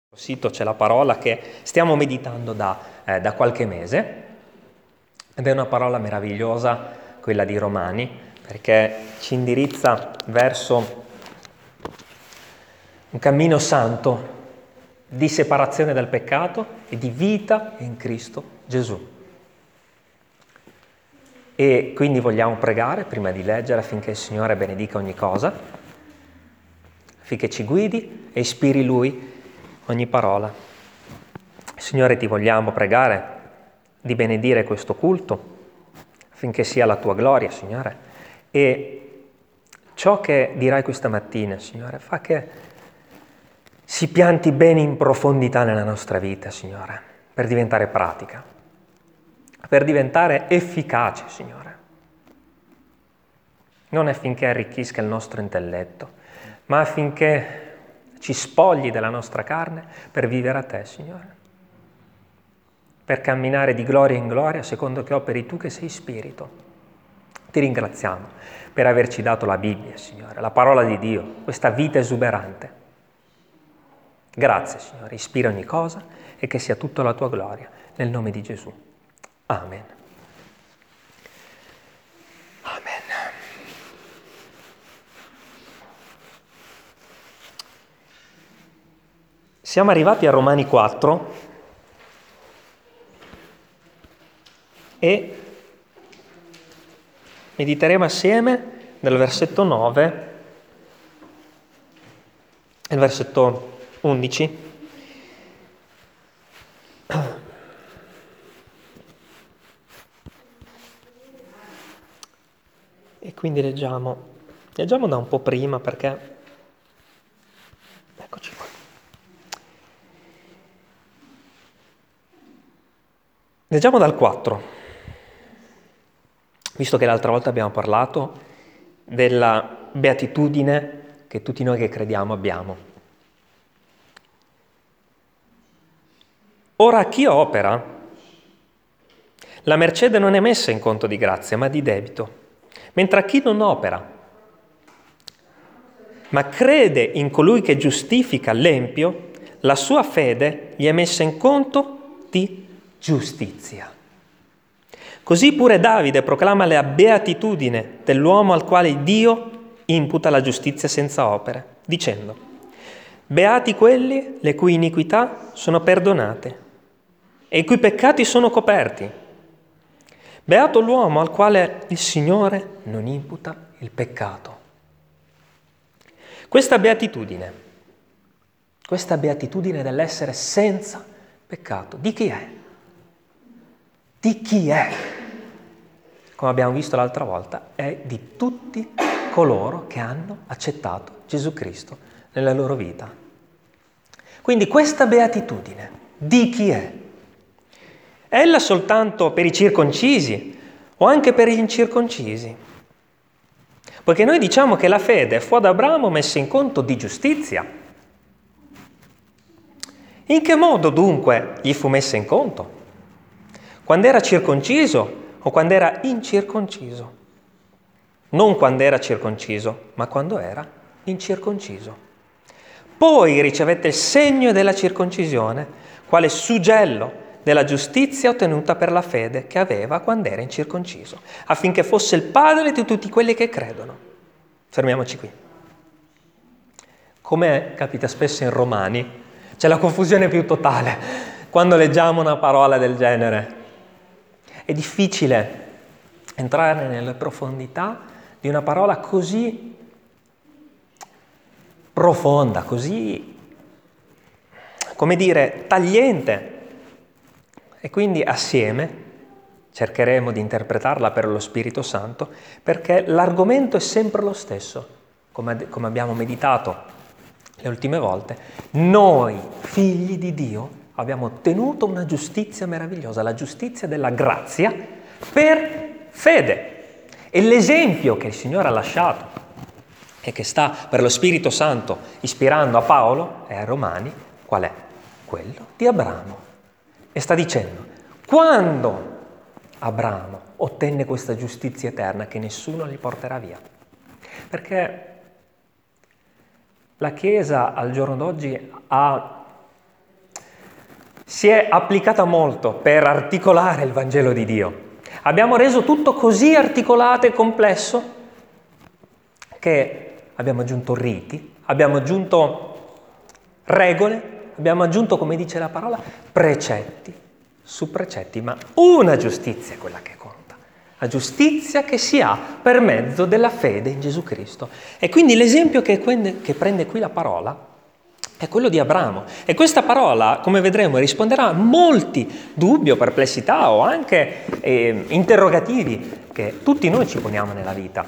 Sito c'è la parola che stiamo meditando da qualche mese ed è una parola meravigliosa, quella di Romani, perché ci indirizza verso un cammino santo di separazione dal peccato e di vita in Cristo Gesù. E quindi vogliamo pregare prima di leggere affinché il Signore benedica ogni cosa, affinché ci guidi e ispiri Lui ogni parola. Signore, ti vogliamo pregare di benedire questo culto affinché sia la tua gloria, Signore. E ciò che dirai questa mattina, Signore, fa che si pianti bene in profondità nella nostra vita, Signore, per diventare pratica, per diventare efficace, Signore. Non affinché arricchisca il nostro intelletto, ma affinché ci spogli della nostra carne per vivere a te, Signore. Per camminare di gloria in gloria secondo che operi tu che sei Spirito. Ti ringraziamo per averci dato la Bibbia, Signore, la parola di Dio, questa vita esuberante. Grazie, Signore, ispira ogni cosa e che sia tutta la tua gloria, nel nome di Gesù. Amen. Amen. Siamo arrivati a Romani 4 e mediteremo assieme dal versetto 9 al versetto 11. E quindi leggiamo da un po' prima perché... Eccoci qua. Leggiamo dal 4, visto che l'altra volta abbiamo parlato della beatitudine che tutti noi che crediamo abbiamo. Ora a chi opera, la mercede non è messa in conto di grazia, ma di debito, mentre a chi non opera, ma crede in colui che giustifica l'empio, la sua fede gli è messa in conto di giustizia. Così pure Davide proclama la beatitudine dell'uomo al quale Dio imputa la giustizia senza opere, dicendo: beati quelli le cui iniquità sono perdonate e i cui peccati sono coperti. Beato l'uomo al quale il Signore non imputa il peccato. Questa beatitudine dell'essere senza peccato, di chi è? Di chi è? Come abbiamo visto l'altra volta, è di tutti coloro che hanno accettato Gesù Cristo nella loro vita. Quindi questa beatitudine, di chi è? È ella soltanto per i circoncisi o anche per gli incirconcisi? Poiché noi diciamo che la fede fu ad Abramo messa in conto di giustizia. In che modo dunque gli fu messa in conto? Quando era circonciso o quando era incirconciso? Non quando era circonciso, ma quando era incirconciso. Poi ricevette il segno della circoncisione, quale suggello della giustizia ottenuta per la fede che aveva quando era incirconciso, affinché fosse il padre di tutti quelli che credono. Fermiamoci qui. Come capita spesso in Romani, c'è la confusione più totale quando leggiamo una parola del genere. È difficile entrare nelle profondità di una parola così profonda, così, come dire, tagliente. E quindi assieme cercheremo di interpretarla per lo Spirito Santo, perché l'argomento è sempre lo stesso, come abbiamo meditato le ultime volte. Noi, figli di Dio, abbiamo ottenuto una giustizia meravigliosa, la giustizia della grazia per fede. E l'esempio che il Signore ha lasciato e che sta per lo Spirito Santo ispirando a Paolo e ai Romani, qual è? Quello di Abramo. E sta dicendo, quando Abramo ottenne questa giustizia eterna che nessuno gli porterà via. Perché la Chiesa al giorno d'oggi ha si è applicata molto per articolare il Vangelo di Dio. Abbiamo reso tutto così articolato e complesso che abbiamo aggiunto riti, abbiamo aggiunto regole, abbiamo aggiunto, come dice la parola, precetti su precetti, ma una giustizia è quella che conta, la giustizia che si ha per mezzo della fede in Gesù Cristo. E quindi l'esempio che prende qui la parola è quello di Abramo. E questa parola, come vedremo, risponderà a molti dubbi o perplessità o anche interrogativi che tutti noi ci poniamo nella vita.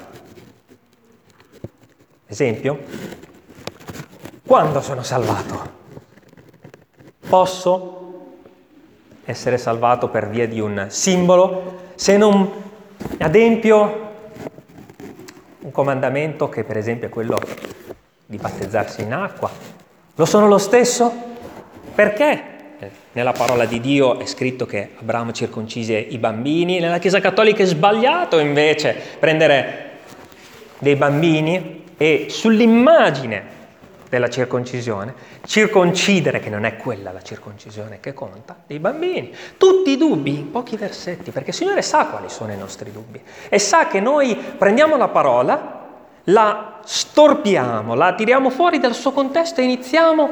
Esempio, quando sono salvato? Posso essere salvato per via di un simbolo se non adempio un comandamento che per esempio è quello di battezzarsi in acqua? Lo sono lo stesso? Perché? Nella parola di Dio è scritto che Abramo circoncise i bambini, nella Chiesa Cattolica è sbagliato invece prendere dei bambini e sull'immagine della circoncisione circoncidere, che non è quella la circoncisione che conta, dei bambini. Tutti i dubbi in pochi versetti, perché il Signore sa quali sono i nostri dubbi e sa che noi prendiamo la parola, la storpiamo, la tiriamo fuori dal suo contesto e iniziamo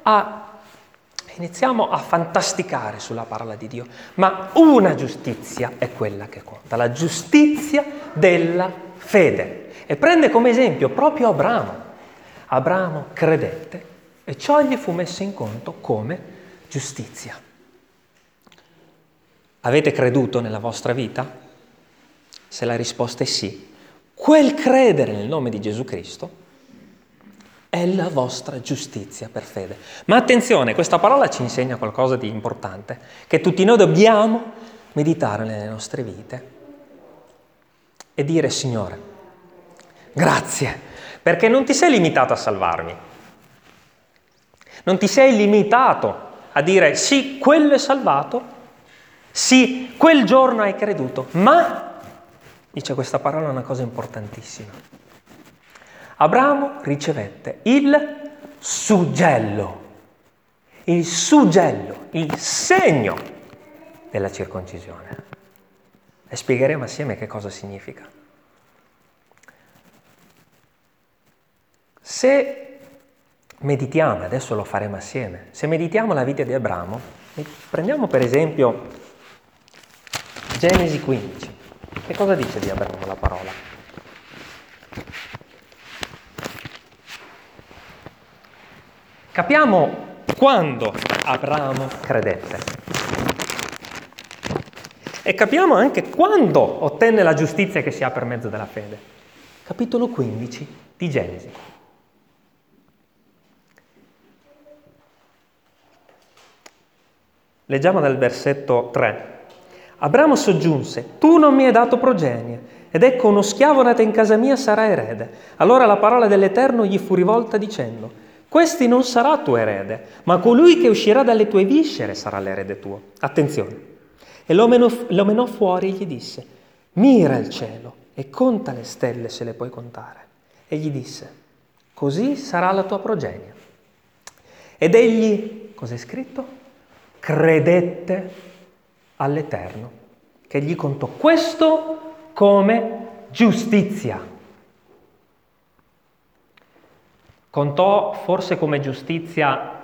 a fantasticare sulla parola di Dio. Ma una giustizia è quella che conta, la giustizia della fede. E prende come esempio proprio Abramo. Abramo credette e ciò gli fu messo in conto come giustizia. Avete creduto nella vostra vita? Se la risposta è sì, quel credere nel nome di Gesù Cristo è la vostra giustizia per fede. Ma attenzione, questa parola ci insegna qualcosa di importante, che tutti noi dobbiamo meditare nelle nostre vite e dire: Signore, grazie, perché non ti sei limitato a salvarmi. Non ti sei limitato a dire sì, quello è salvato, sì, quel giorno hai creduto, ma, dice questa parola, una cosa importantissima. Abramo ricevette il suggello, il segno della circoncisione. E spiegheremo assieme che cosa significa. Se meditiamo, adesso lo faremo assieme, se meditiamo la vita di Abramo, prendiamo per esempio Genesi 15. Che cosa dice di Abramo la parola? Capiamo quando Abramo credette e capiamo anche quando ottenne la giustizia che si ha per mezzo della fede. Capitolo 15 di Genesi. Leggiamo dal versetto 3. Abramo soggiunse: tu non mi hai dato progenie, ed ecco uno schiavo nato in casa mia sarà erede. Allora la parola dell'Eterno gli fu rivolta dicendo: questi non sarà tuo erede, ma colui che uscirà dalle tue viscere sarà l'erede tuo. Attenzione. E lo menò fuori e gli disse: mira il cielo e conta le stelle se le puoi contare. E gli disse: così sarà la tua progenie. Ed egli, cos'è scritto? Credette all'Eterno, che gli contò questo come giustizia. Contò forse come giustizia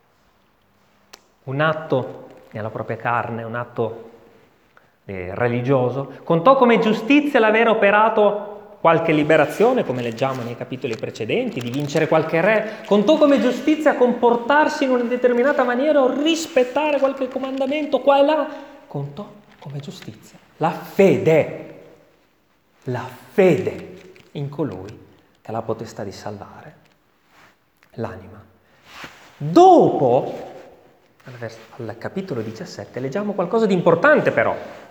un atto nella propria carne, un atto religioso. Contò come giustizia l'aver operato qualche liberazione, come leggiamo nei capitoli precedenti, di vincere qualche re. Contò come giustizia comportarsi in una determinata maniera o rispettare qualche comandamento qua e là. Contò come giustizia la fede in colui che ha la potestà di salvare l'anima. Dopo, al capitolo 17, leggiamo qualcosa di importante però.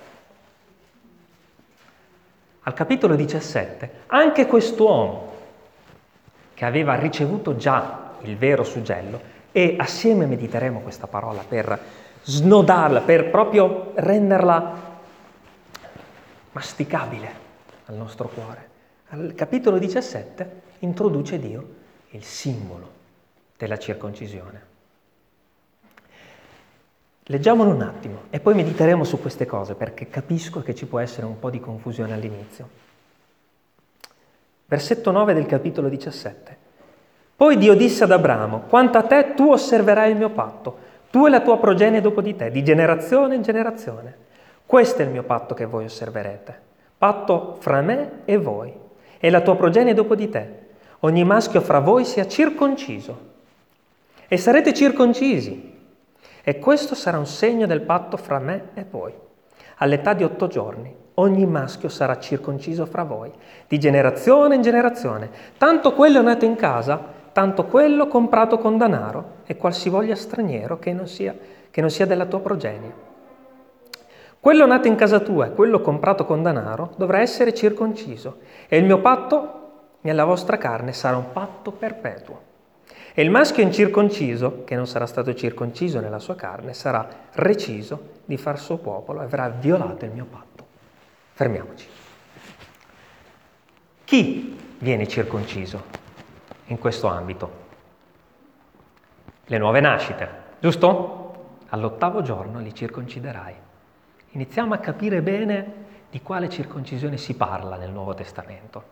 Al capitolo 17, anche quest'uomo che aveva ricevuto già il vero suggello, e assieme mediteremo questa parola per snodarla, per proprio renderla masticabile al nostro cuore. Al capitolo 17 introduce Dio il simbolo della circoncisione. Leggiamolo un attimo e poi mediteremo su queste cose, perché capisco che ci può essere un po' di confusione all'inizio. Versetto 9 del capitolo 17. Poi Dio disse ad Abramo: quanto a te, tu osserverai il mio patto, tu e la tua progenie dopo di te, di generazione in generazione. Questo è il mio patto che voi osserverete, patto fra me e voi, e la tua progenie dopo di te. Ogni maschio fra voi sia circonciso, e sarete circoncisi. E questo sarà un segno del patto fra me e voi. All'età di 8 giorni, ogni maschio sarà circonciso fra voi, di generazione in generazione, tanto quello nato in casa, tanto quello comprato con denaro, e qualsivoglia straniero che non sia della tua progenie. Quello nato in casa tua e quello comprato con denaro dovrà essere circonciso, e il mio patto nella vostra carne sarà un patto perpetuo. E il maschio incirconciso, che non sarà stato circonciso nella sua carne, sarà reciso di far suo popolo e avrà violato il mio patto. Fermiamoci. Chi viene circonciso in questo ambito? Le nuove nascite, giusto? All'8° giorno li circonciderai. Iniziamo a capire bene di quale circoncisione si parla nel Nuovo Testamento.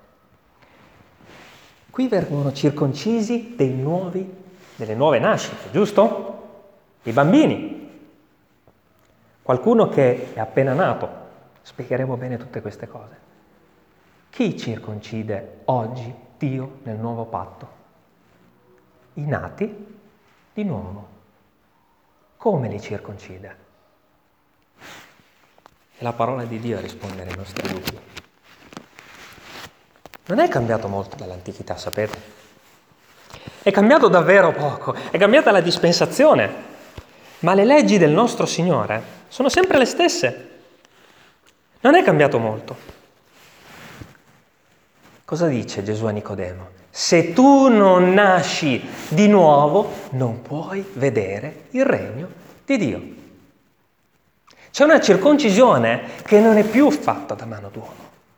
Qui vengono circoncisi delle nuove nascite, giusto? I bambini. Qualcuno che è appena nato. Spiegheremo bene tutte queste cose. Chi circoncide oggi Dio nel nuovo patto? I nati di nuovo. Come li circoncide? È la parola di Dio a rispondere ai nostri dubbi. Non è cambiato molto dall'antichità, sapete? È cambiato davvero poco, è cambiata la dispensazione, ma le leggi del nostro Signore sono sempre le stesse. Non è cambiato molto. Cosa dice Gesù a Nicodemo? Se tu non nasci di nuovo, non puoi vedere il regno di Dio. C'è una circoncisione che non è più fatta da mano d'uomo.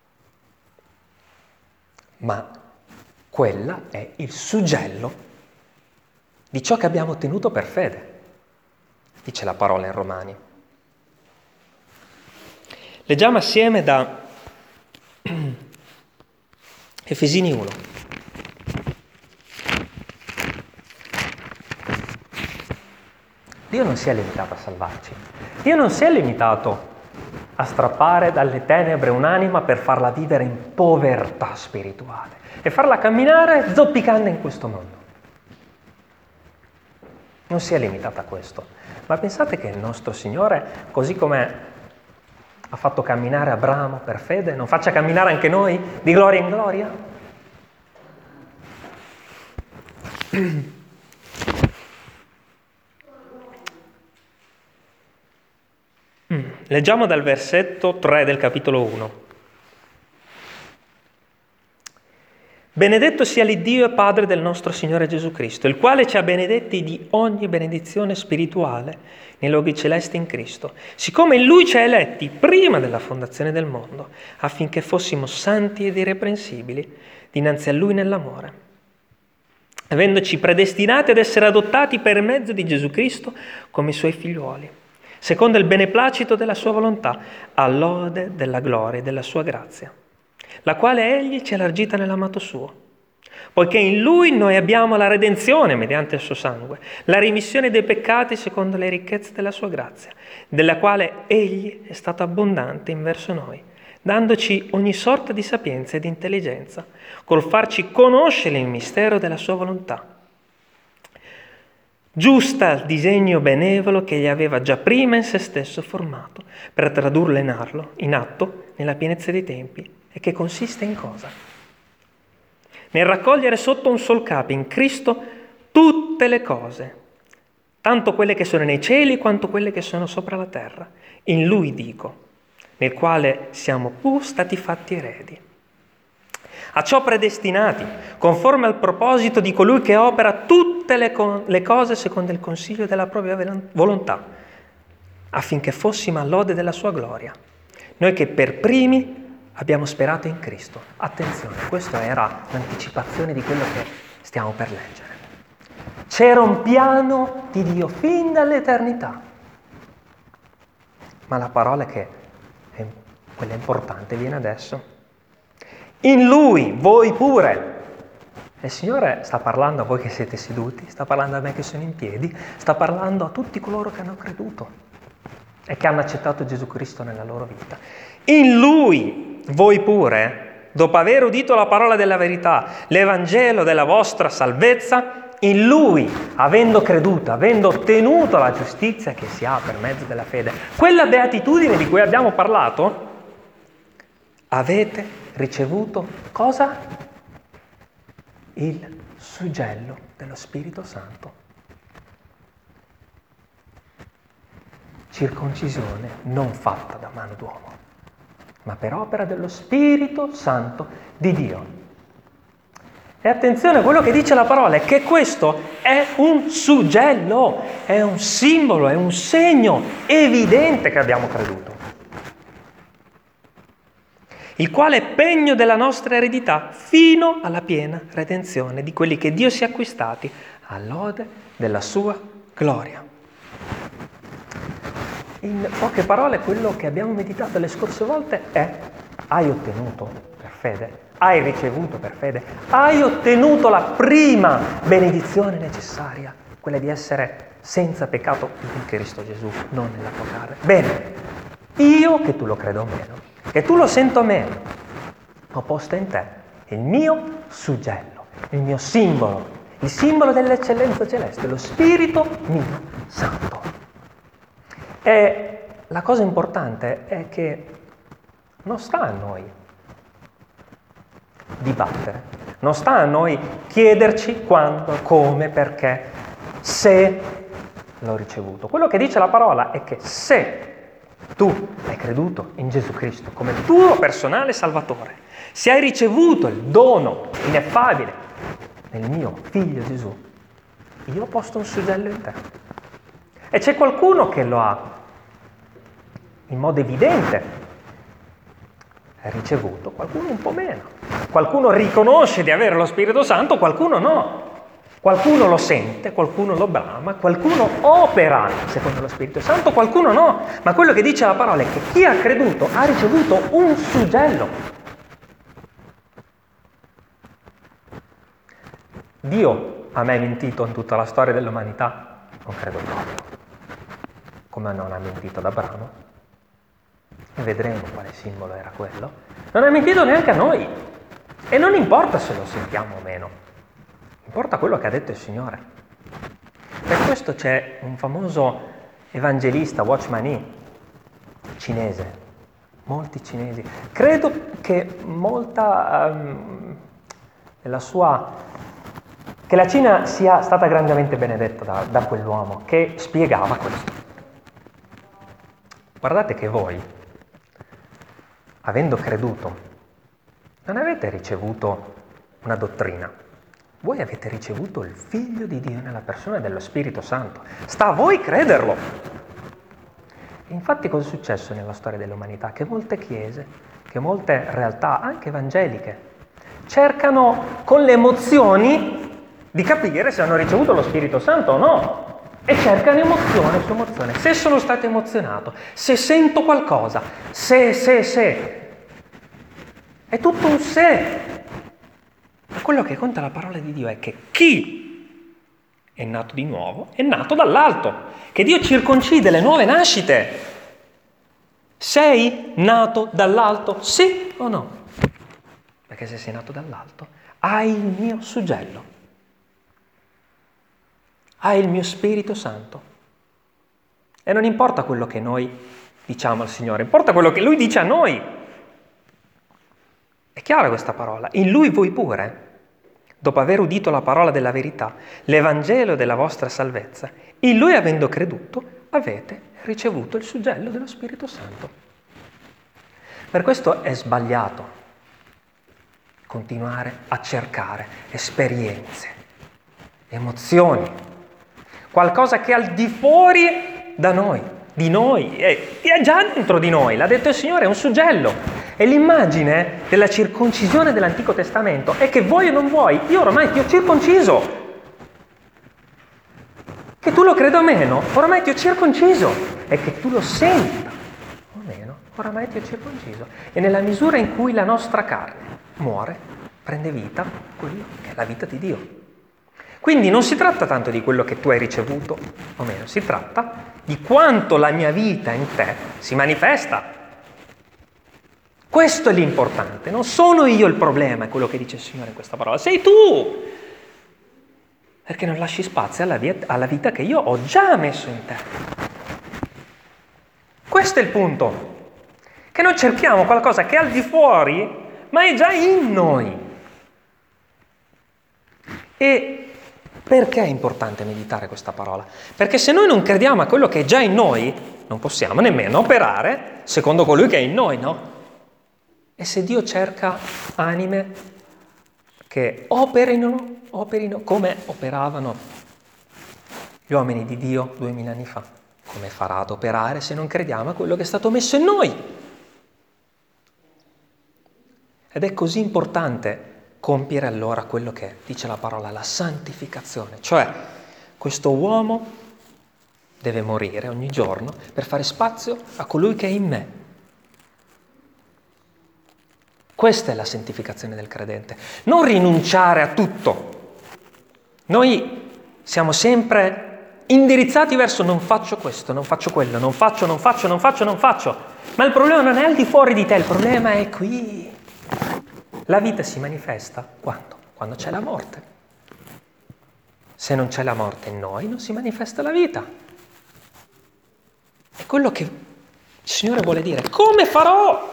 Ma quella è il suggello di ciò che abbiamo ottenuto per fede, dice la parola in Romani. Leggiamo assieme da Efesini 1. Dio non si è limitato a salvarci. Dio non si è limitato a strappare dalle tenebre un'anima per farla vivere in povertà spirituale e farla camminare zoppicando in questo mondo. Non si è limitata a questo, ma pensate che il nostro Signore, così come ha fatto camminare Abramo per fede, non faccia camminare anche noi di gloria in gloria? Leggiamo dal versetto 3 del capitolo 1. Benedetto sia l'Iddio e Padre del nostro Signore Gesù Cristo, il quale ci ha benedetti di ogni benedizione spirituale nei luoghi celesti in Cristo, siccome in Lui ci ha eletti prima della fondazione del mondo, affinché fossimo santi ed irreprensibili dinanzi a Lui nell'amore, avendoci predestinati ad essere adottati per mezzo di Gesù Cristo come i Suoi figliuoli, secondo il beneplacito della sua volontà, all'ode della gloria e della sua grazia, la quale Egli ci ha elargita nell'amato Suo, poiché in Lui noi abbiamo la redenzione mediante il Suo sangue, la rimissione dei peccati secondo le ricchezze della Sua grazia, della quale Egli è stato abbondante in verso noi, dandoci ogni sorta di sapienza ed intelligenza, col farci conoscere il mistero della Sua volontà, giusta al disegno benevolo che egli aveva già prima in se stesso formato, per tradurlo in atto nella pienezza dei tempi, e che consiste in cosa? Nel raccogliere sotto un sol capo, in Cristo, tutte le cose, tanto quelle che sono nei cieli quanto quelle che sono sopra la terra. In Lui, dico, nel quale siamo pur stati fatti eredi. A ciò predestinati, conforme al proposito di colui che opera tutte le cose secondo il consiglio della propria volontà, affinché fossimo all'ode della sua gloria. Noi che per primi abbiamo sperato in Cristo. Attenzione, questa era l'anticipazione di quello che stiamo per leggere. C'era un piano di Dio fin dall'eternità Ma la parola che è quella importante viene adesso. In Lui, voi pure. E il Signore sta parlando a voi che siete seduti, sta parlando a me che sono in piedi, sta parlando a tutti coloro che hanno creduto e che hanno accettato Gesù Cristo nella loro vita. In Lui, voi pure, dopo aver udito la parola della verità, l'Evangelo della vostra salvezza, in Lui, avendo creduto, avendo ottenuto la giustizia che si ha per mezzo della fede, quella beatitudine di cui abbiamo parlato, avete ricevuto cosa? Il suggello dello Spirito Santo. Circoncisione non fatta da mano d'uomo, ma per opera dello Spirito Santo di Dio. E attenzione, quello che dice la parola è che questo è un suggello, è un simbolo, è un segno evidente che abbiamo creduto, il quale è pegno della nostra eredità fino alla piena redenzione di quelli che Dio si è acquistati all'ode della sua gloria. In poche parole, quello che abbiamo meditato le scorse volte è: hai ottenuto per fede, hai ricevuto per fede, hai ottenuto la prima benedizione necessaria, quella di essere senza peccato in Cristo Gesù, non nella tua carne. Bene, io che tu lo credo meno, che tu lo sento meno, ho posto in te il mio suggello, il mio simbolo, il simbolo dell'eccellenza celeste, lo Spirito mio Santo. E la cosa importante è che non sta a noi dibattere, non sta a noi chiederci quando, come, perché, se l'ho ricevuto. Quello che dice la parola è che se tu hai creduto in Gesù Cristo come tuo personale Salvatore, se hai ricevuto il dono ineffabile nel mio Figlio Gesù, io ho posto un suggello in te. E c'è qualcuno che lo ha in modo evidente ricevuto, qualcuno un po' meno. Qualcuno riconosce di avere lo Spirito Santo, qualcuno no. Qualcuno lo sente, qualcuno lo brama, qualcuno opera secondo lo Spirito Santo, qualcuno no. Ma quello che dice la parola è che chi ha creduto ha ricevuto un suggello. Dio ha mai mentito in tutta la storia dell'umanità? Non credo proprio. Come non ha mentito ad Abramo? E vedremo quale simbolo era quello. Non ha mentito neanche a noi. E non importa se lo sentiamo o meno. Importa quello che ha detto il Signore. Per questo c'è un famoso evangelista, Watchman Nee, cinese, molti cinesi. Credo che che la Cina sia stata grandemente benedetta da quell'uomo che spiegava questo. Guardate che voi, avendo creduto, non avete ricevuto una dottrina. Voi avete ricevuto il Figlio di Dio nella persona dello Spirito Santo. Sta a voi crederlo. E infatti cosa è successo nella storia dell'umanità? Che molte chiese, che molte realtà, anche evangeliche, cercano con le emozioni di capire se hanno ricevuto lo Spirito Santo o no. E cercano emozione su emozione. Se sono stato emozionato, se sento qualcosa, se. È tutto un se. Ma quello che conta la parola di Dio è che chi è nato di nuovo è nato dall'alto, che Dio circoncide le nuove nascite. Sei nato dall'alto, sì o no? Perché se sei nato dall'alto hai il mio suggello, hai il mio Spirito Santo. E non importa quello che noi diciamo al Signore, importa quello che Lui dice a noi. È chiara questa parola. In Lui voi pure, dopo aver udito la parola della verità, l'Evangelo della vostra salvezza, in Lui avendo creduto, avete ricevuto il suggello dello Spirito Santo. Per questo è sbagliato continuare a cercare esperienze, emozioni, qualcosa che è al di fuori da noi, di noi, è già dentro di noi, l'ha detto il Signore, è un suggello. E l'immagine della circoncisione dell'Antico Testamento è che vuoi o non vuoi, io ormai ti ho circonciso. Che tu lo creda o meno, ormai ti ho circonciso. E che tu lo senta oramai ti ho circonciso. E nella misura in cui la nostra carne muore, prende vita quello che è la vita di Dio. Quindi non si tratta tanto di quello che tu hai ricevuto o meno, si tratta di quanto la mia vita in te si manifesta. Questo è l'importante, non sono io il problema, è quello che dice il Signore in questa parola, sei tu! Perché non lasci spazio alla vita che io ho già messo in te. Questo è il punto, che noi cerchiamo qualcosa che è al di fuori, ma è già in noi. E perché è importante meditare questa parola? Perché se noi non crediamo a quello che è già in noi, non possiamo nemmeno operare secondo colui che è in noi, no? E se Dio cerca anime che operino come operavano gli uomini di Dio 2000 anni fa, come farà ad operare se non crediamo a quello che è stato messo in noi? Ed è così importante compiere allora quello che dice la parola, la santificazione, cioè questo uomo deve morire ogni giorno per fare spazio a colui che è in me. Questa è la santificazione del credente, non rinunciare a tutto. Noi siamo sempre indirizzati verso non faccio questo, non faccio quello, non faccio, ma il problema non è al di fuori di te, il problema è qui. La vita si manifesta quando? Quando c'è la morte. Se non c'è la morte in noi, non si manifesta la vita. È quello che il Signore vuole dire. Come farò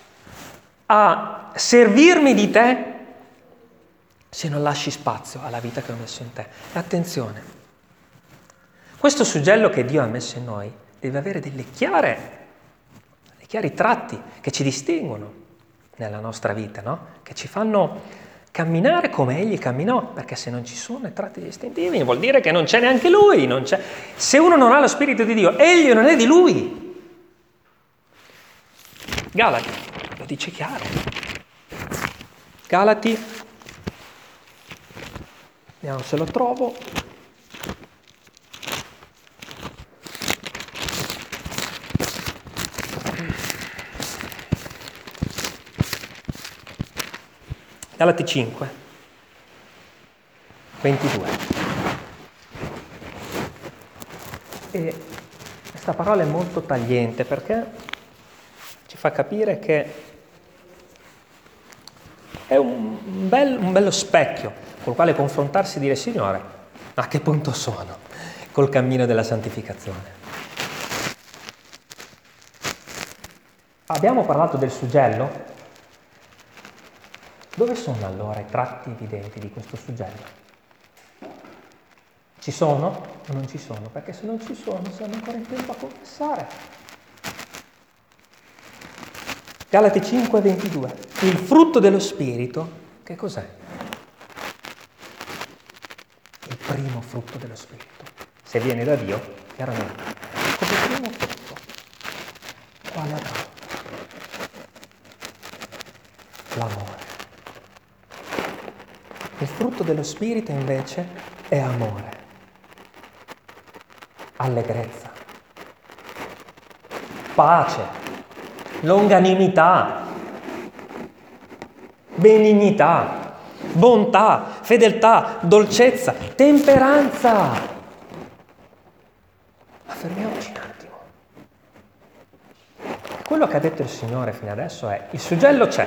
a servirmi di te se non lasci spazio alla vita che ho messo in te? E attenzione, questo suggello che Dio ha messo in noi deve avere dei chiari tratti che ci distinguono nella nostra vita, no? Che ci fanno camminare come Egli camminò, perché se non ci sono i tratti distintivi vuol dire che non c'è neanche Lui, non c'è. Se uno non ha lo Spirito di Dio, Egli non è di Lui. Galati lo dice chiaro. Galati, vediamo se lo trovo. Galati 5, 22. E questa parola è molto tagliente perché ci fa capire che è un bello specchio col quale confrontarsi e dire: Signore, a che punto sono col cammino della santificazione? Abbiamo parlato del suggello. Dove sono allora i tratti evidenti di questo suggello? Ci sono o non ci sono? Perché se non ci sono siamo ancora in tempo a confessare. Galati 5, 22. Il frutto dello Spirito, che cos'è? Il primo frutto dello Spirito. Se viene da Dio, chiaramente. Come primo frutto. Quale avrà? L'amore. Il frutto dello Spirito invece è amore, allegrezza, pace, longanimità, benignità, bontà, fedeltà, dolcezza, temperanza. Ma fermiamoci un attimo. Quello che ha detto il Signore fino adesso è: il suggello c'è.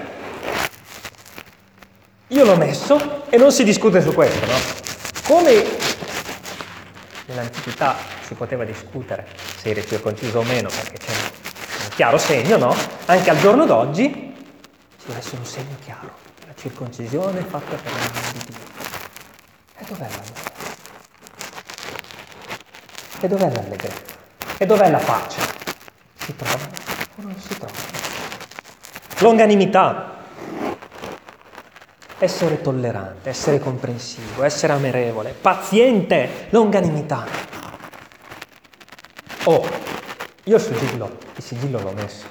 Io l'ho messo e non si discute su questo, no? Come nell'antichità si poteva discutere se eri circonciso o meno, perché c'è un chiaro segno, no? Anche al giorno d'oggi ci deve essere un segno chiaro. La circoncisione è fatta per l'amore di Dio. E dov'è l'amore? E dov'è l'allegrezza? E dov'è la pace? Si trovano o non si trovano? Longanimità. Essere tollerante, essere comprensivo, essere amirevole, paziente, longanimità. Oh, io il sigillo l'ho messo.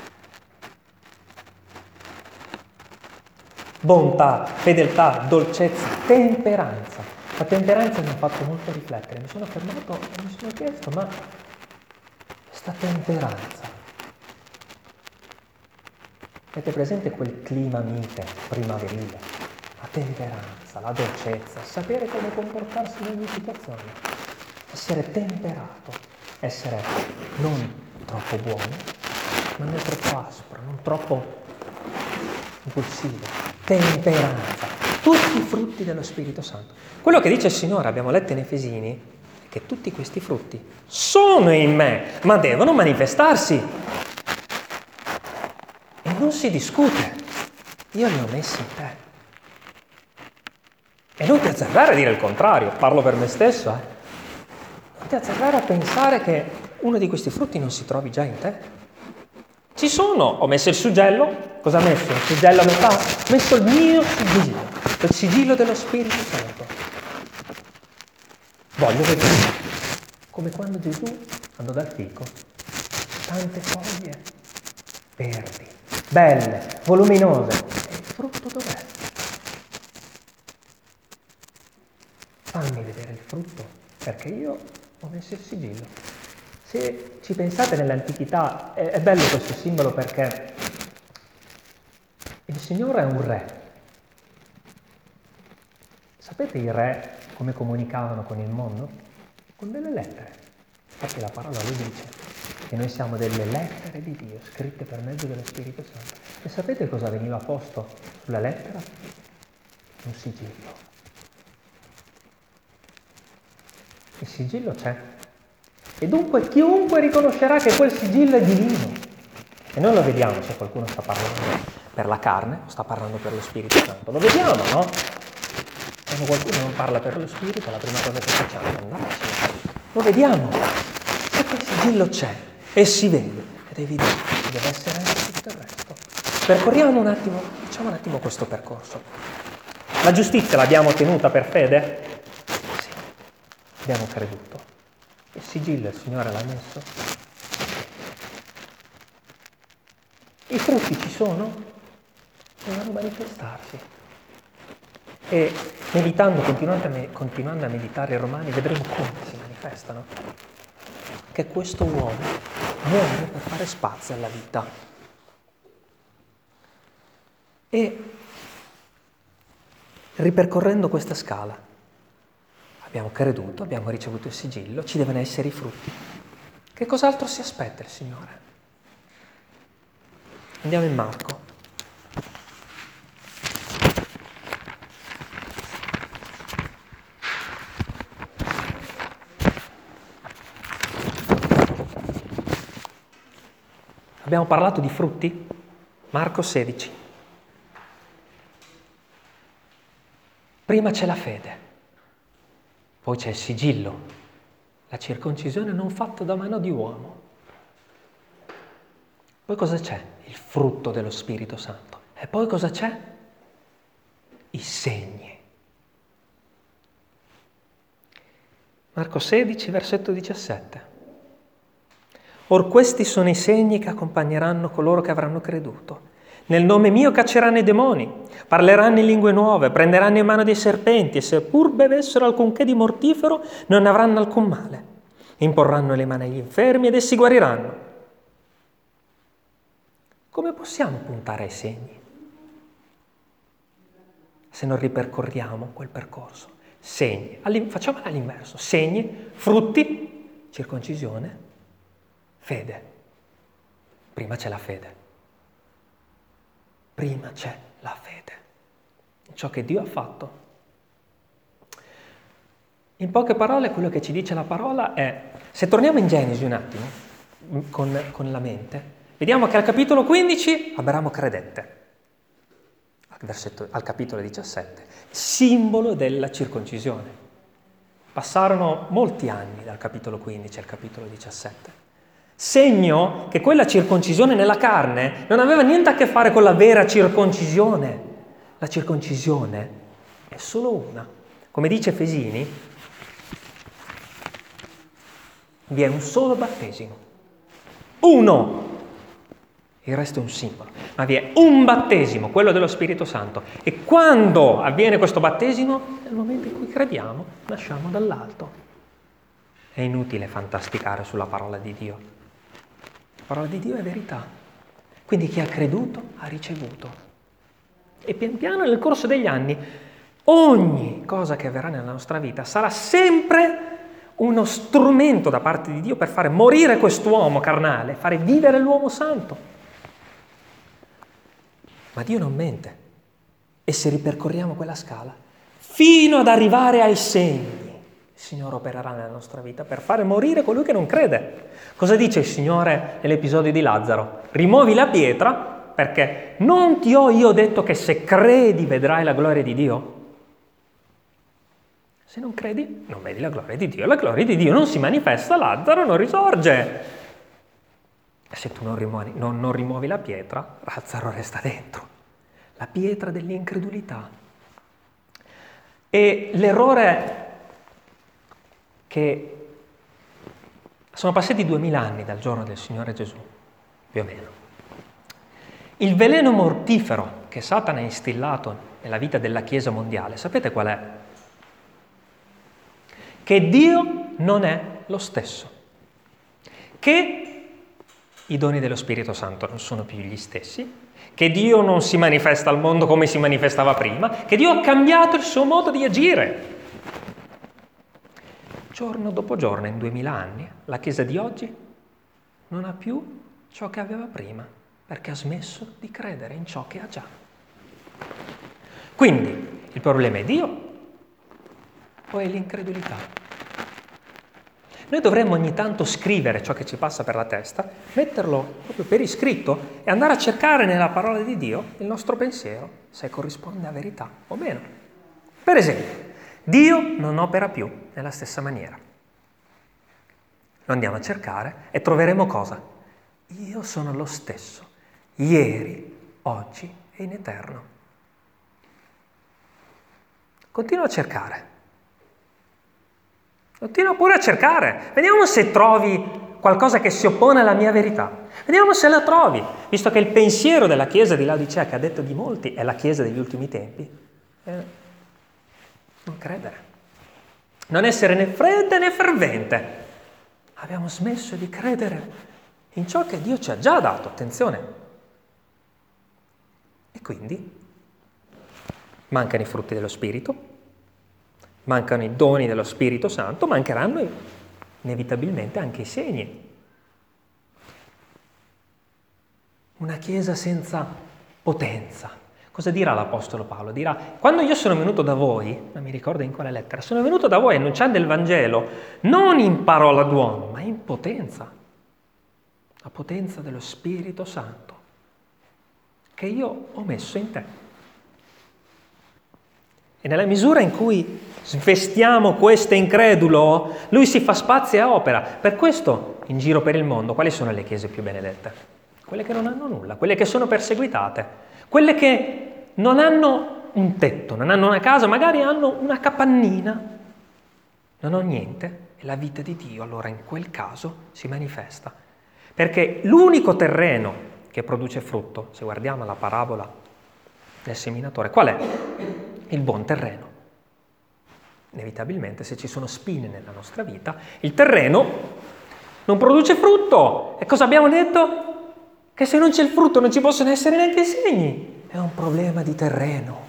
Bontà, fedeltà, dolcezza, temperanza. La temperanza mi ha fatto molto riflettere. Mi sono fermato e mi sono chiesto: ma questa temperanza Avete presente quel clima mite primaverile? La temperanza, la dolcezza, sapere come comportarsi in ogni situazione, essere temperato, essere non troppo buono, ma non troppo aspro, non troppo impulsivo, temperanza, tutti i frutti dello Spirito Santo. Quello che dice il Signore, abbiamo letto in Efesini, è che tutti questi frutti sono in me, ma devono manifestarsi. E non si discute, io li ho messi in te. E non ti azzardare a dire il contrario, parlo per me stesso, Non ti azzardare a pensare che uno di questi frutti non si trovi già in te. Ci sono, ho messo il suggello, cosa ho messo? Il suggello a metà? Ho messo il mio sigillo, il sigillo dello Spirito Santo. Voglio vedere, come quando Gesù andò dal fico, tante foglie verdi, belle, voluminose, e il frutto dov'è? Fammi vedere il frutto, perché io ho messo il sigillo. Se ci pensate nell'antichità, è bello questo simbolo perché il Signore è un re. Sapete i re come comunicavano con il mondo? Con delle lettere. Infatti la parola lui dice che noi siamo delle lettere di Dio, scritte per mezzo dello Spirito Santo. E sapete cosa veniva posto sulla lettera? Un sigillo. Il sigillo c'è. E dunque chiunque riconoscerà che quel sigillo è divino. E noi lo vediamo se qualcuno sta parlando per la carne o sta parlando per lo Spirito Santo. Lo vediamo, no? Quando qualcuno non parla per lo Spirito, la prima cosa che facciamo è andarci. Lo vediamo. Se quel sigillo c'è e si vede, ed è evidente, ci deve essere anche tutto il resto. Percorriamo un attimo, facciamo un attimo questo percorso. La giustizia l'abbiamo ottenuta per fede? Sì. Abbiamo creduto. Il sigillo il Signore l'ha messo? I frutti ci sono? Devono manifestarsi. E meditando, continuando a meditare i Romani, vedremo come si manifestano. Che questo uomo muore per fare spazio alla vita. E ripercorrendo questa scala, abbiamo creduto, abbiamo ricevuto il sigillo, ci devono essere i frutti. Che cos'altro si aspetta il Signore? Andiamo in Marco. Abbiamo parlato di frutti? Marco 16. Prima c'è la fede. Poi c'è il sigillo, la circoncisione non fatta da mano di uomo. Poi cosa c'è? Il frutto dello Spirito Santo. E poi cosa c'è? I segni. Marco 16, versetto 17. Or questi sono i segni che accompagneranno coloro che avranno creduto. Nel nome mio cacceranno i demoni, parleranno in lingue nuove, prenderanno in mano dei serpenti e seppur bevessero alcunché di mortifero non avranno alcun male. Imporranno le mani agli infermi ed essi guariranno. Come possiamo puntare ai segni se non ripercorriamo quel percorso? Segni, facciamo all'inverso, segni, frutti, circoncisione, fede. Prima c'è la fede. Prima c'è la fede. Ciò che Dio ha fatto. In poche parole, quello che ci dice la parola è, se torniamo in Genesi un attimo, con la mente, vediamo che al capitolo 15 Abramo credette. Al capitolo 17, simbolo della circoncisione. Passarono molti anni dal capitolo 15 al capitolo 17. Segno che quella circoncisione nella carne non aveva niente a che fare con la vera circoncisione. La circoncisione è solo una. Come dice Efesini, vi è un solo battesimo. Uno! Il resto è un simbolo. Ma vi è un battesimo, quello dello Spirito Santo. E quando avviene questo battesimo, nel momento in cui crediamo, nasciamo dall'alto. È inutile fantasticare sulla parola di Dio. La parola di Dio è verità. Quindi chi ha creduto ha ricevuto. E pian piano nel corso degli anni ogni cosa che avverrà nella nostra vita sarà sempre uno strumento da parte di Dio per fare morire quest'uomo carnale, fare vivere l'uomo santo. Ma Dio non mente. E se ripercorriamo quella scala, fino ad arrivare ai segni, il Signore opererà nella nostra vita per fare morire colui che non crede. Cosa dice il Signore nell'episodio di Lazzaro? Rimuovi la pietra, perché non ti ho io detto che se credi vedrai la gloria di Dio? Se non credi, non vedi la gloria di Dio. La gloria di Dio non si manifesta, Lazzaro non risorge. E se tu non rimuovi la pietra, Lazzaro resta dentro. La pietra dell'incredulità. E l'errore che sono passati 2000 anni dal giorno del Signore Gesù, più o meno. Il veleno mortifero che Satana ha instillato nella vita della Chiesa mondiale, sapete qual è? Che Dio non è lo stesso, che i doni dello Spirito Santo non sono più gli stessi, che Dio non si manifesta al mondo come si manifestava prima, che Dio ha cambiato il suo modo di agire. Giorno dopo giorno, in 2000 anni, la Chiesa di oggi non ha più ciò che aveva prima, perché ha smesso di credere in ciò che ha già. Quindi, il problema è Dio o è l'incredulità? Noi dovremmo ogni tanto scrivere ciò che ci passa per la testa, metterlo proprio per iscritto e andare a cercare nella parola di Dio il nostro pensiero, se corrisponde a verità o meno. Per esempio, Dio non opera più nella stessa maniera. Lo andiamo a cercare e troveremo cosa? Io sono lo stesso, ieri, oggi e in eterno. Continua a cercare. Continua pure a cercare. Vediamo se trovi qualcosa che si oppone alla mia verità. Vediamo se la trovi, visto che il pensiero della Chiesa di Laodicea, che ha detto di molti, è la Chiesa degli ultimi tempi. Non credere. Non essere né fredda né fervente. Abbiamo smesso di credere in ciò che Dio ci ha già dato. Attenzione. E quindi mancano i frutti dello Spirito, mancano i doni dello Spirito Santo, mancheranno inevitabilmente anche i segni. Una Chiesa senza potenza. Cosa dirà l'Apostolo Paolo? Dirà, quando io sono venuto da voi, non mi ricordo in quale lettera, sono venuto da voi annunciando il Vangelo, non in parola d'uomo, ma in potenza. La potenza dello Spirito Santo, che io ho messo in te. E nella misura in cui svestiamo questo incredulo, lui si fa spazio e opera. Per questo, in giro per il mondo, quali sono le chiese più benedette? Quelle che non hanno nulla, quelle che sono perseguitate, quelle che non hanno un tetto, non hanno una casa, magari hanno una capannina, non ho niente, e la vita di Dio allora in quel caso si manifesta. Perché l'unico terreno che produce frutto, se guardiamo la parabola del seminatore, qual è? Il buon terreno. Inevitabilmente, se ci sono spine nella nostra vita, il terreno non produce frutto. E cosa abbiamo detto? Che se non c'è il frutto non ci possono essere neanche i segni. È un problema di terreno.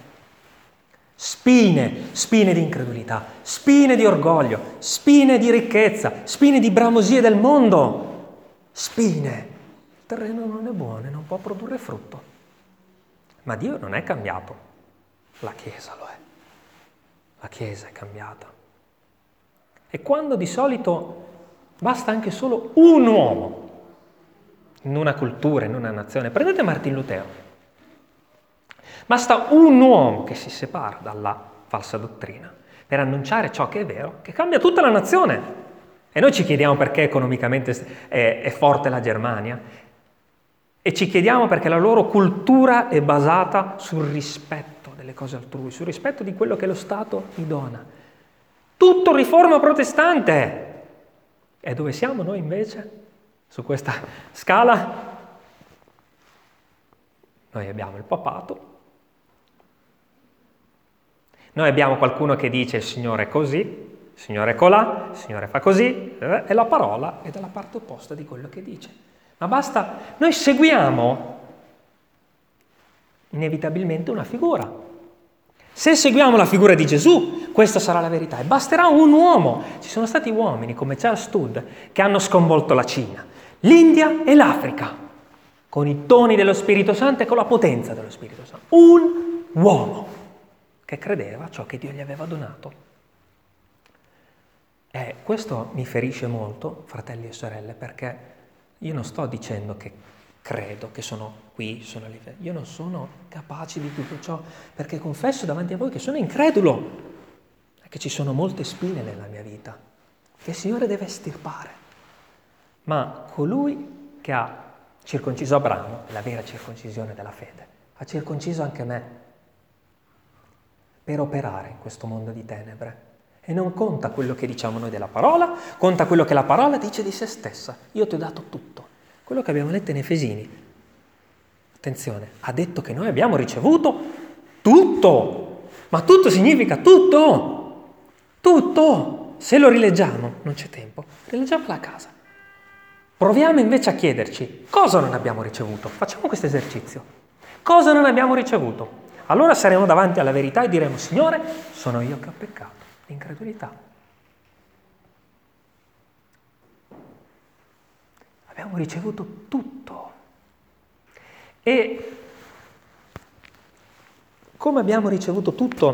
Spine di incredulità, spine di orgoglio, spine di ricchezza, spine di bramosie del mondo. Spine. Il terreno non è buono e non può produrre frutto. Ma Dio non è cambiato. La Chiesa lo è. La Chiesa è cambiata. E quando di solito basta anche solo un uomo in una cultura, in una nazione, prendete Martin Lutero, basta un uomo che si separa dalla falsa dottrina per annunciare ciò che è vero, che cambia tutta la nazione. E noi ci chiediamo perché economicamente è forte la Germania e ci chiediamo perché la loro cultura è basata sul rispetto delle cose altrui, sul rispetto di quello che lo Stato mi dona. Tutto riforma protestante. E dove siamo noi invece? Su questa scala? Noi abbiamo il papato, noi abbiamo qualcuno che dice il Signore è così, il Signore è colà, il Signore fa così, e la parola è dalla parte opposta di quello che dice. Ma basta, noi seguiamo inevitabilmente una figura. Se seguiamo la figura di Gesù, questa sarà la verità. E basterà un uomo. Ci sono stati uomini come Charles Studd che hanno sconvolto la Cina, l'India e l'Africa, con i doni dello Spirito Santo e con la potenza dello Spirito Santo. Un uomo che credeva a ciò che Dio gli aveva donato. E questo mi ferisce molto, fratelli e sorelle, perché io non sto dicendo che credo, che sono qui, sono lì. Io non sono capace di tutto ciò, perché confesso davanti a voi che sono incredulo e che ci sono molte spine nella mia vita, che il Signore deve estirpare. Ma colui che ha circonciso Abramo, è la vera circoncisione della fede, ha circonciso anche me per operare in questo mondo di tenebre. E non conta quello che diciamo noi della parola, conta quello che la parola dice di se stessa. Io ti ho dato tutto. Quello che abbiamo letto in Efesini. Attenzione, ha detto che noi abbiamo ricevuto tutto. Ma tutto significa tutto. Tutto. Se lo rileggiamo, non c'è tempo, rileggiamolo a casa. Proviamo invece a chiederci cosa non abbiamo ricevuto. Facciamo questo esercizio. Cosa non abbiamo ricevuto? Allora saremo davanti alla verità e diremo: Signore, sono io che ho peccato. L'incredulità. Abbiamo ricevuto tutto. E come abbiamo ricevuto tutto,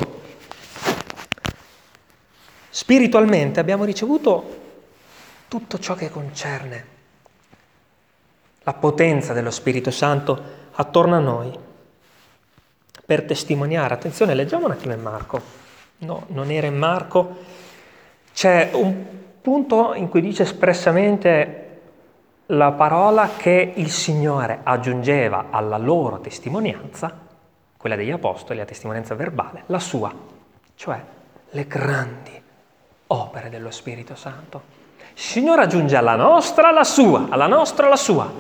spiritualmente abbiamo ricevuto tutto ciò che concerne la potenza dello Spirito Santo attorno a noi per testimoniare. Attenzione, leggiamo un attimo in Marco. No, non era in Marco. C'è un punto in cui dice espressamente la parola che il Signore aggiungeva alla loro testimonianza, quella degli apostoli, la testimonianza verbale, la sua, cioè le grandi opere dello Spirito Santo. Il Signore aggiunge alla nostra la sua, alla nostra la sua.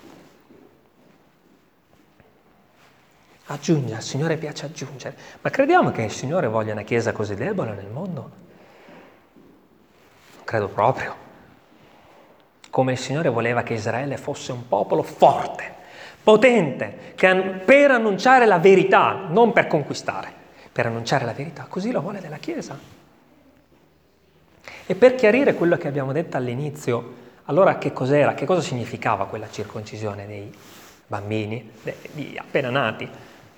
Aggiunge, al Signore piace aggiungere. Ma crediamo che il Signore voglia una chiesa così debole nel mondo? Non credo proprio. Come il Signore voleva che Israele fosse un popolo forte, potente, per annunciare la verità, non per conquistare, per annunciare la verità. Così lo vuole della Chiesa. E per chiarire quello che abbiamo detto all'inizio, allora che cos'era, che cosa significava quella circoncisione dei bambini, di appena nati?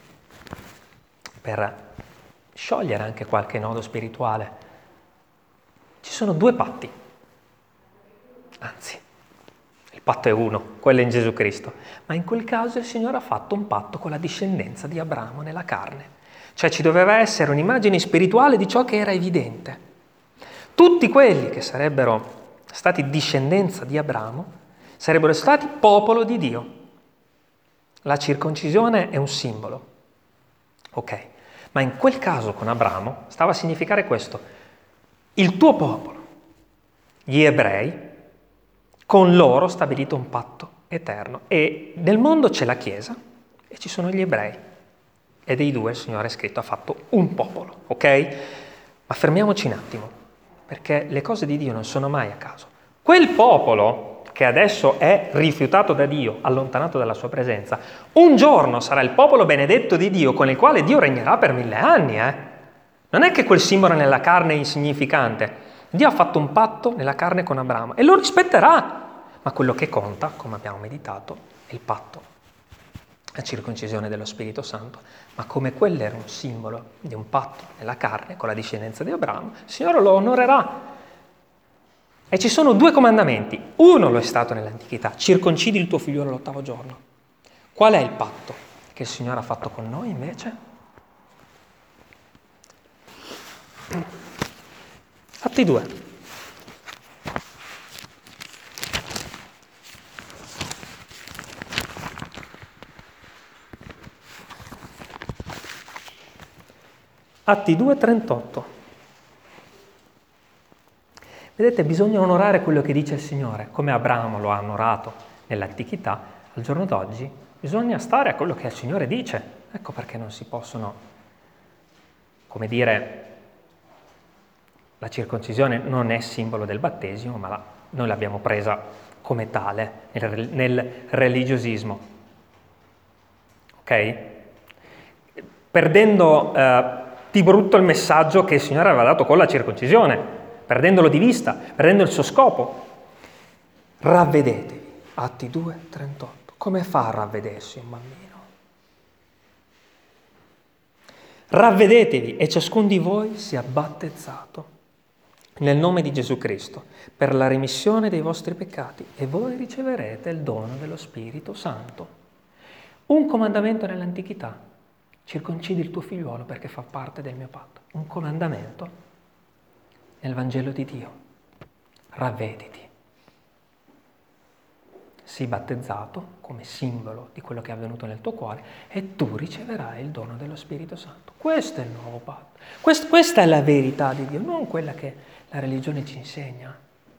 Per sciogliere anche qualche nodo spirituale, ci sono due patti, anzi, il patto è uno, quello è in Gesù Cristo, ma in quel caso il Signore ha fatto un patto con la discendenza di Abramo nella carne, cioè ci doveva essere un'immagine spirituale di ciò che era evidente. Tutti quelli che sarebbero stati discendenza di Abramo sarebbero stati popolo di Dio. La circoncisione è un simbolo, ok? Ma in quel caso con Abramo stava a significare questo: il tuo popolo, gli ebrei, con loro ho stabilito un patto eterno. E nel mondo c'è la Chiesa e ci sono gli ebrei. E dei due il Signore è scritto ha fatto un popolo, ok? Ma fermiamoci un attimo, perché le cose di Dio non sono mai a caso. Quel popolo che adesso è rifiutato da Dio, allontanato dalla sua presenza, un giorno sarà il popolo benedetto di Dio con il quale Dio regnerà per 1000 anni. Non è che quel simbolo nella carne è insignificante. Dio ha fatto un patto nella carne con Abramo e lo rispetterà. Ma quello che conta, come abbiamo meditato, è il patto, la circoncisione dello Spirito Santo. Ma come quello era un simbolo di un patto nella carne con la discendenza di Abramo, il Signore lo onorerà. E ci sono due comandamenti. Uno lo è stato nell'antichità: circoncidi il tuo figliolo all'8° giorno. Qual è il patto che il Signore ha fatto con noi invece? Atti 2. Atti 2:38. Vedete, bisogna onorare quello che dice il Signore, come Abramo lo ha onorato nell'antichità, al giorno d'oggi bisogna stare a quello che il Signore dice. Ecco perché non si possono, come dire, la circoncisione non è simbolo del battesimo, ma noi l'abbiamo presa come tale nel religiosismo. Ok? perdendo di brutto il messaggio che il Signore aveva dato con la circoncisione, perdendolo di vista, perdendo il suo scopo. Ravvedetevi. Atti 2, 38. Come fa a ravvedersi un bambino? Ravvedetevi e ciascun di voi sia battezzato nel nome di Gesù Cristo per la remissione dei vostri peccati e voi riceverete il dono dello Spirito Santo. Un comandamento nell'antichità: circoncidi il tuo figliuolo perché fa parte del mio patto. Un comandamento nel Vangelo di Dio: ravvediti. Sii battezzato come simbolo di quello che è avvenuto nel tuo cuore e tu riceverai il dono dello Spirito Santo. Questo è il nuovo patto. Questa è la verità di Dio, non quella che la religione ci insegna.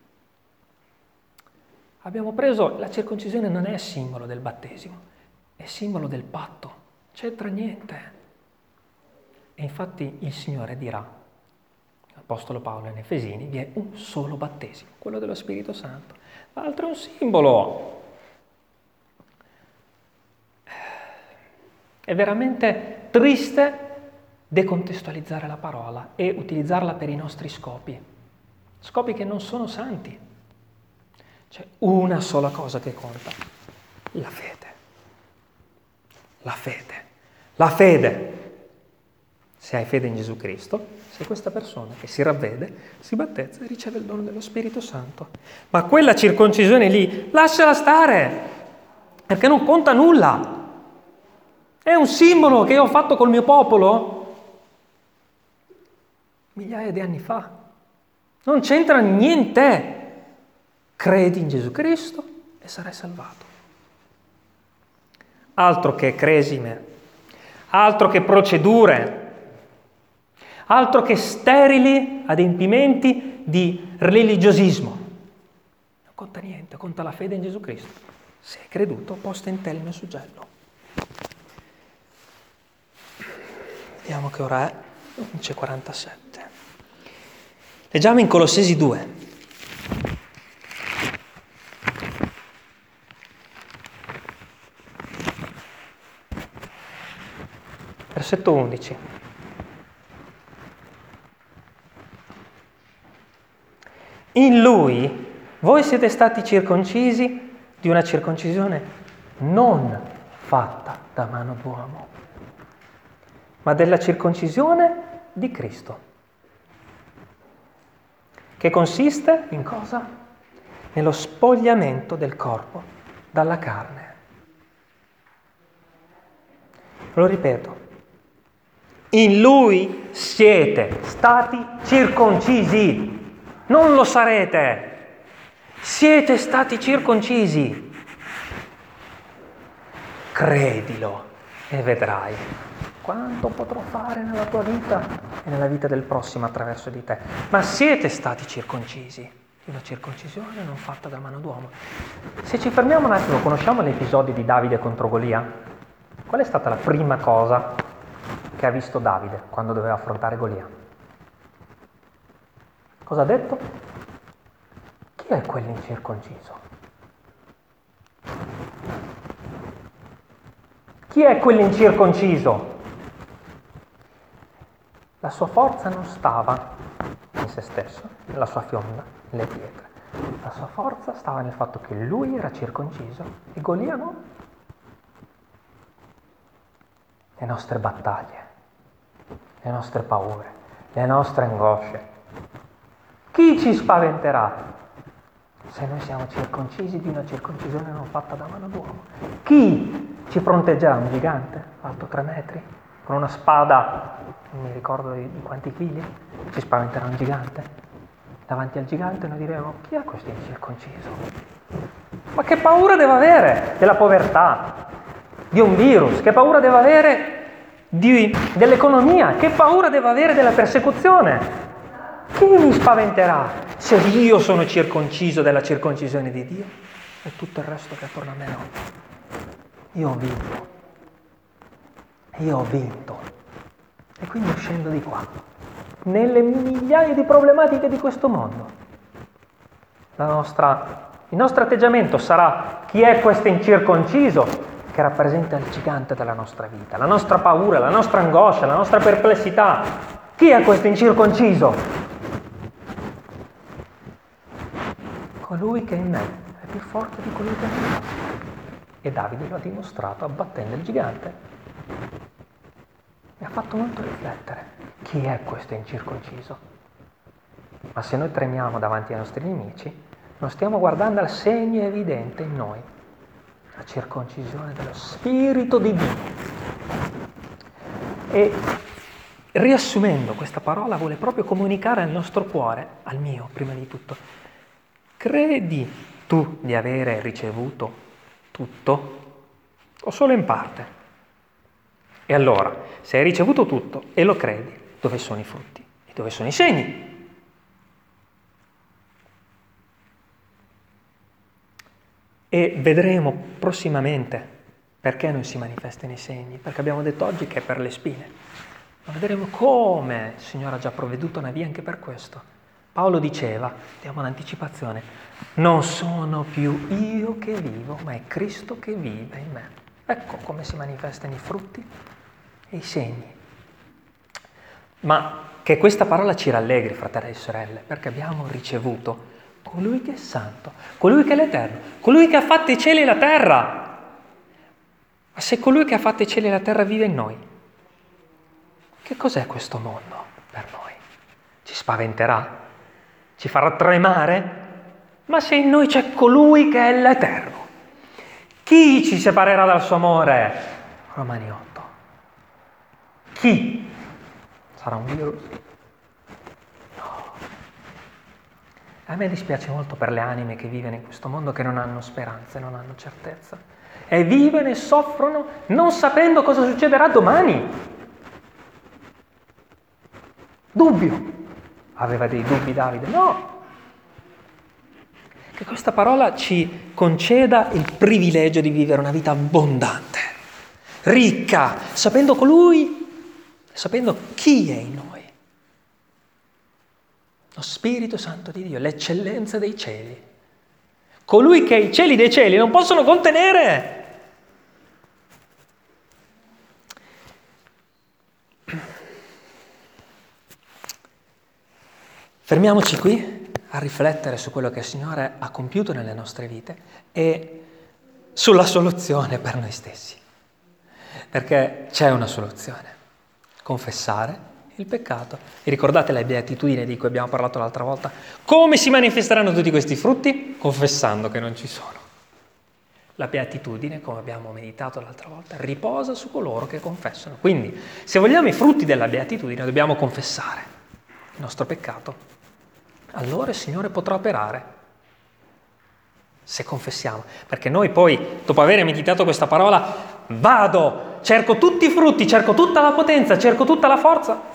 Abbiamo preso, la circoncisione non è simbolo del battesimo, è simbolo del patto, c'entra niente. E infatti il Signore dirà, l'Apostolo Paolo in Efesini, vi è un solo battesimo, quello dello Spirito Santo, l'altro è un simbolo. È veramente triste decontestualizzare la parola e utilizzarla per i nostri scopi che non sono santi. C'è una sola cosa che conta: la fede. La fede. La fede. Se hai fede in Gesù Cristo, sei questa persona che si ravvede, si battezza e riceve il dono dello Spirito Santo. Ma quella circoncisione lì, lasciala stare, perché non conta nulla. È un simbolo che io ho fatto col mio popolo migliaia di anni fa. Non c'entra niente. Credi in Gesù Cristo e sarai salvato. Altro che cresime, altro che procedure, altro che sterili adempimenti di religiosismo. Non conta niente, conta la fede in Gesù Cristo. Se hai creduto, posta in te il mio suggello. Vediamo che ora è 11:47. Leggiamo in Colossesi 2. Versetto 11. In Lui voi siete stati circoncisi di una circoncisione non fatta da mano d'uomo, ma della circoncisione di Cristo, che consiste in cosa? Nello spogliamento del corpo dalla carne. Lo ripeto, in Lui siete stati circoncisi, non lo sarete, siete stati circoncisi. Credilo e vedrai quanto potrò fare nella tua vita e nella vita del prossimo attraverso di te. Ma siete stati circoncisi, una circoncisione non fatta da mano d'uomo. Se ci fermiamo un attimo, conosciamo l'episodio di Davide contro Golia? Qual è stata la prima cosa che ha visto Davide quando doveva affrontare Golia? Cosa ha detto? Chi è quell'incirconciso? Chi è quell'incirconciso? La sua forza non stava in se stesso, nella sua fionda, nelle pietre. La sua forza stava nel fatto che lui era circonciso e Golia no. Le nostre battaglie, le nostre paure, le nostre angosce. Chi ci spaventerà se noi siamo circoncisi di una circoncisione non fatta da mano d'uomo? Chi ci fronteggerà? Un gigante alto 3 metri con una spada, non mi ricordo di quanti chili? Ci spaventerà un gigante? Davanti al gigante noi diremo: chi è questo incirconciso? Ma che paura deve avere della povertà, di un virus? Che paura deve avere dell'economia? Che paura deve avere della persecuzione? Chi mi spaventerà se io sono circonciso della circoncisione di Dio e tutto il resto che attorno a me no? Io ho vinto. Io ho vinto. E quindi uscendo di qua, nelle migliaia di problematiche di questo mondo, il nostro atteggiamento sarà: chi è questo incirconciso che rappresenta il gigante della nostra vita, la nostra paura, la nostra angoscia, la nostra perplessità. Chi è questo incirconciso? Colui che è in me è più forte di colui che è in me. E Davide lo ha dimostrato abbattendo il gigante. Mi ha fatto molto riflettere. Chi è questo incirconciso? Ma se noi tremiamo davanti ai nostri nemici, non stiamo guardando al segno evidente in noi, la circoncisione dello Spirito di Dio. E riassumendo, questa parola vuole proprio comunicare al nostro cuore, al mio prima di tutto: credi tu di avere ricevuto tutto o solo in parte? E allora, se hai ricevuto tutto e lo credi, dove sono i frutti? E dove sono i segni? E vedremo prossimamente perché non si manifestano i segni, perché abbiamo detto oggi che è per le spine. Ma vedremo come il Signore ha già provveduto una via anche per questo. Paolo diceva, diamo un'anticipazione, non sono più io che vivo, ma è Cristo che vive in me. Ecco come si manifestano i frutti e i segni. Ma che questa parola ci rallegri, fratelli e sorelle, perché abbiamo ricevuto colui che è santo, colui che è l'Eterno, colui che ha fatto i cieli e la terra. Ma se colui che ha fatto i cieli e la terra vive in noi, che cos'è questo mondo per noi? Ci spaventerà? Ci farà tremare? Ma se in noi c'è colui che è l'Eterno, chi ci separerà dal suo amore? Romani 8. Chi? Sarà un virus? A me dispiace molto per le anime che vivono in questo mondo, che non hanno speranze, non hanno certezza. E vivono e soffrono non sapendo cosa succederà domani. Dubbio. Aveva dei dubbi Davide? No. Che questa parola ci conceda il privilegio di vivere una vita abbondante, ricca, sapendo colui, sapendo chi è in noi. Lo Spirito Santo di Dio, l'eccellenza dei cieli. Colui che i cieli dei cieli non possono contenere. Fermiamoci qui a riflettere su quello che il Signore ha compiuto nelle nostre vite e sulla soluzione per noi stessi. Perché c'è una soluzione: confessare il peccato. Vi ricordate le beatitudini di cui abbiamo parlato l'altra volta? Come si manifesteranno tutti questi frutti? Confessando che non ci sono. La beatitudine, come abbiamo meditato l'altra volta, riposa su coloro che confessano. Quindi, se vogliamo i frutti della beatitudine, dobbiamo confessare il nostro peccato. Allora il Signore potrà operare. Se confessiamo. Perché noi poi, dopo aver meditato questa parola, vado, cerco tutti i frutti, cerco tutta la potenza, cerco tutta la forza.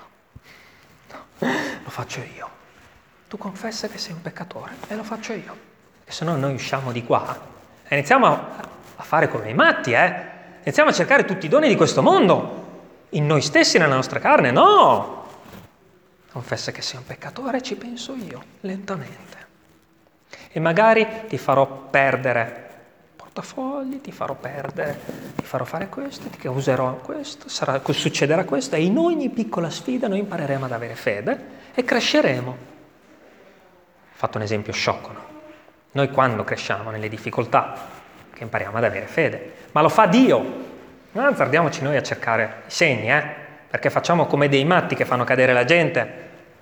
Lo faccio io. Tu confessa che sei un peccatore e lo faccio io. E se no noi usciamo di qua e iniziamo a fare come i matti, Iniziamo a cercare tutti i doni di questo mondo in noi stessi, nella nostra carne. No! Confessa che sei un peccatore e ci penso io, lentamente. E magari ti farò perdere portafogli, ti farò fare questo, ti userò questo, succederà questo, e in ogni piccola sfida noi impareremo ad avere fede e cresceremo. Ho fatto un esempio sciocco, no? Noi quando cresciamo nelle difficoltà, che impariamo ad avere fede, ma lo fa Dio. Non azzardiamoci noi a cercare i segni, perché facciamo come dei matti che fanno cadere la gente.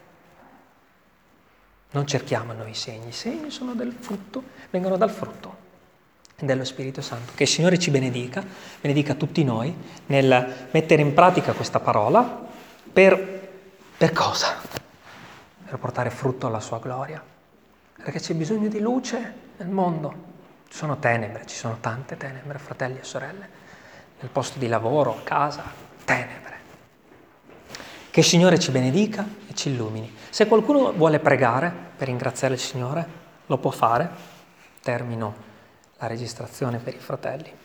Non cerchiamo noi i segni sono del frutto, vengono dal frutto dello Spirito Santo. Che il Signore ci benedica tutti noi nel mettere in pratica questa parola per cosa? Per portare frutto alla sua gloria. Perché c'è bisogno di luce nel mondo. Ci sono tenebre, ci sono tante tenebre, fratelli e sorelle, nel posto di lavoro, a casa, tenebre. Che il Signore ci benedica e ci illumini. Se qualcuno vuole pregare per ringraziare il Signore, lo può fare. Termino la registrazione per i fratelli.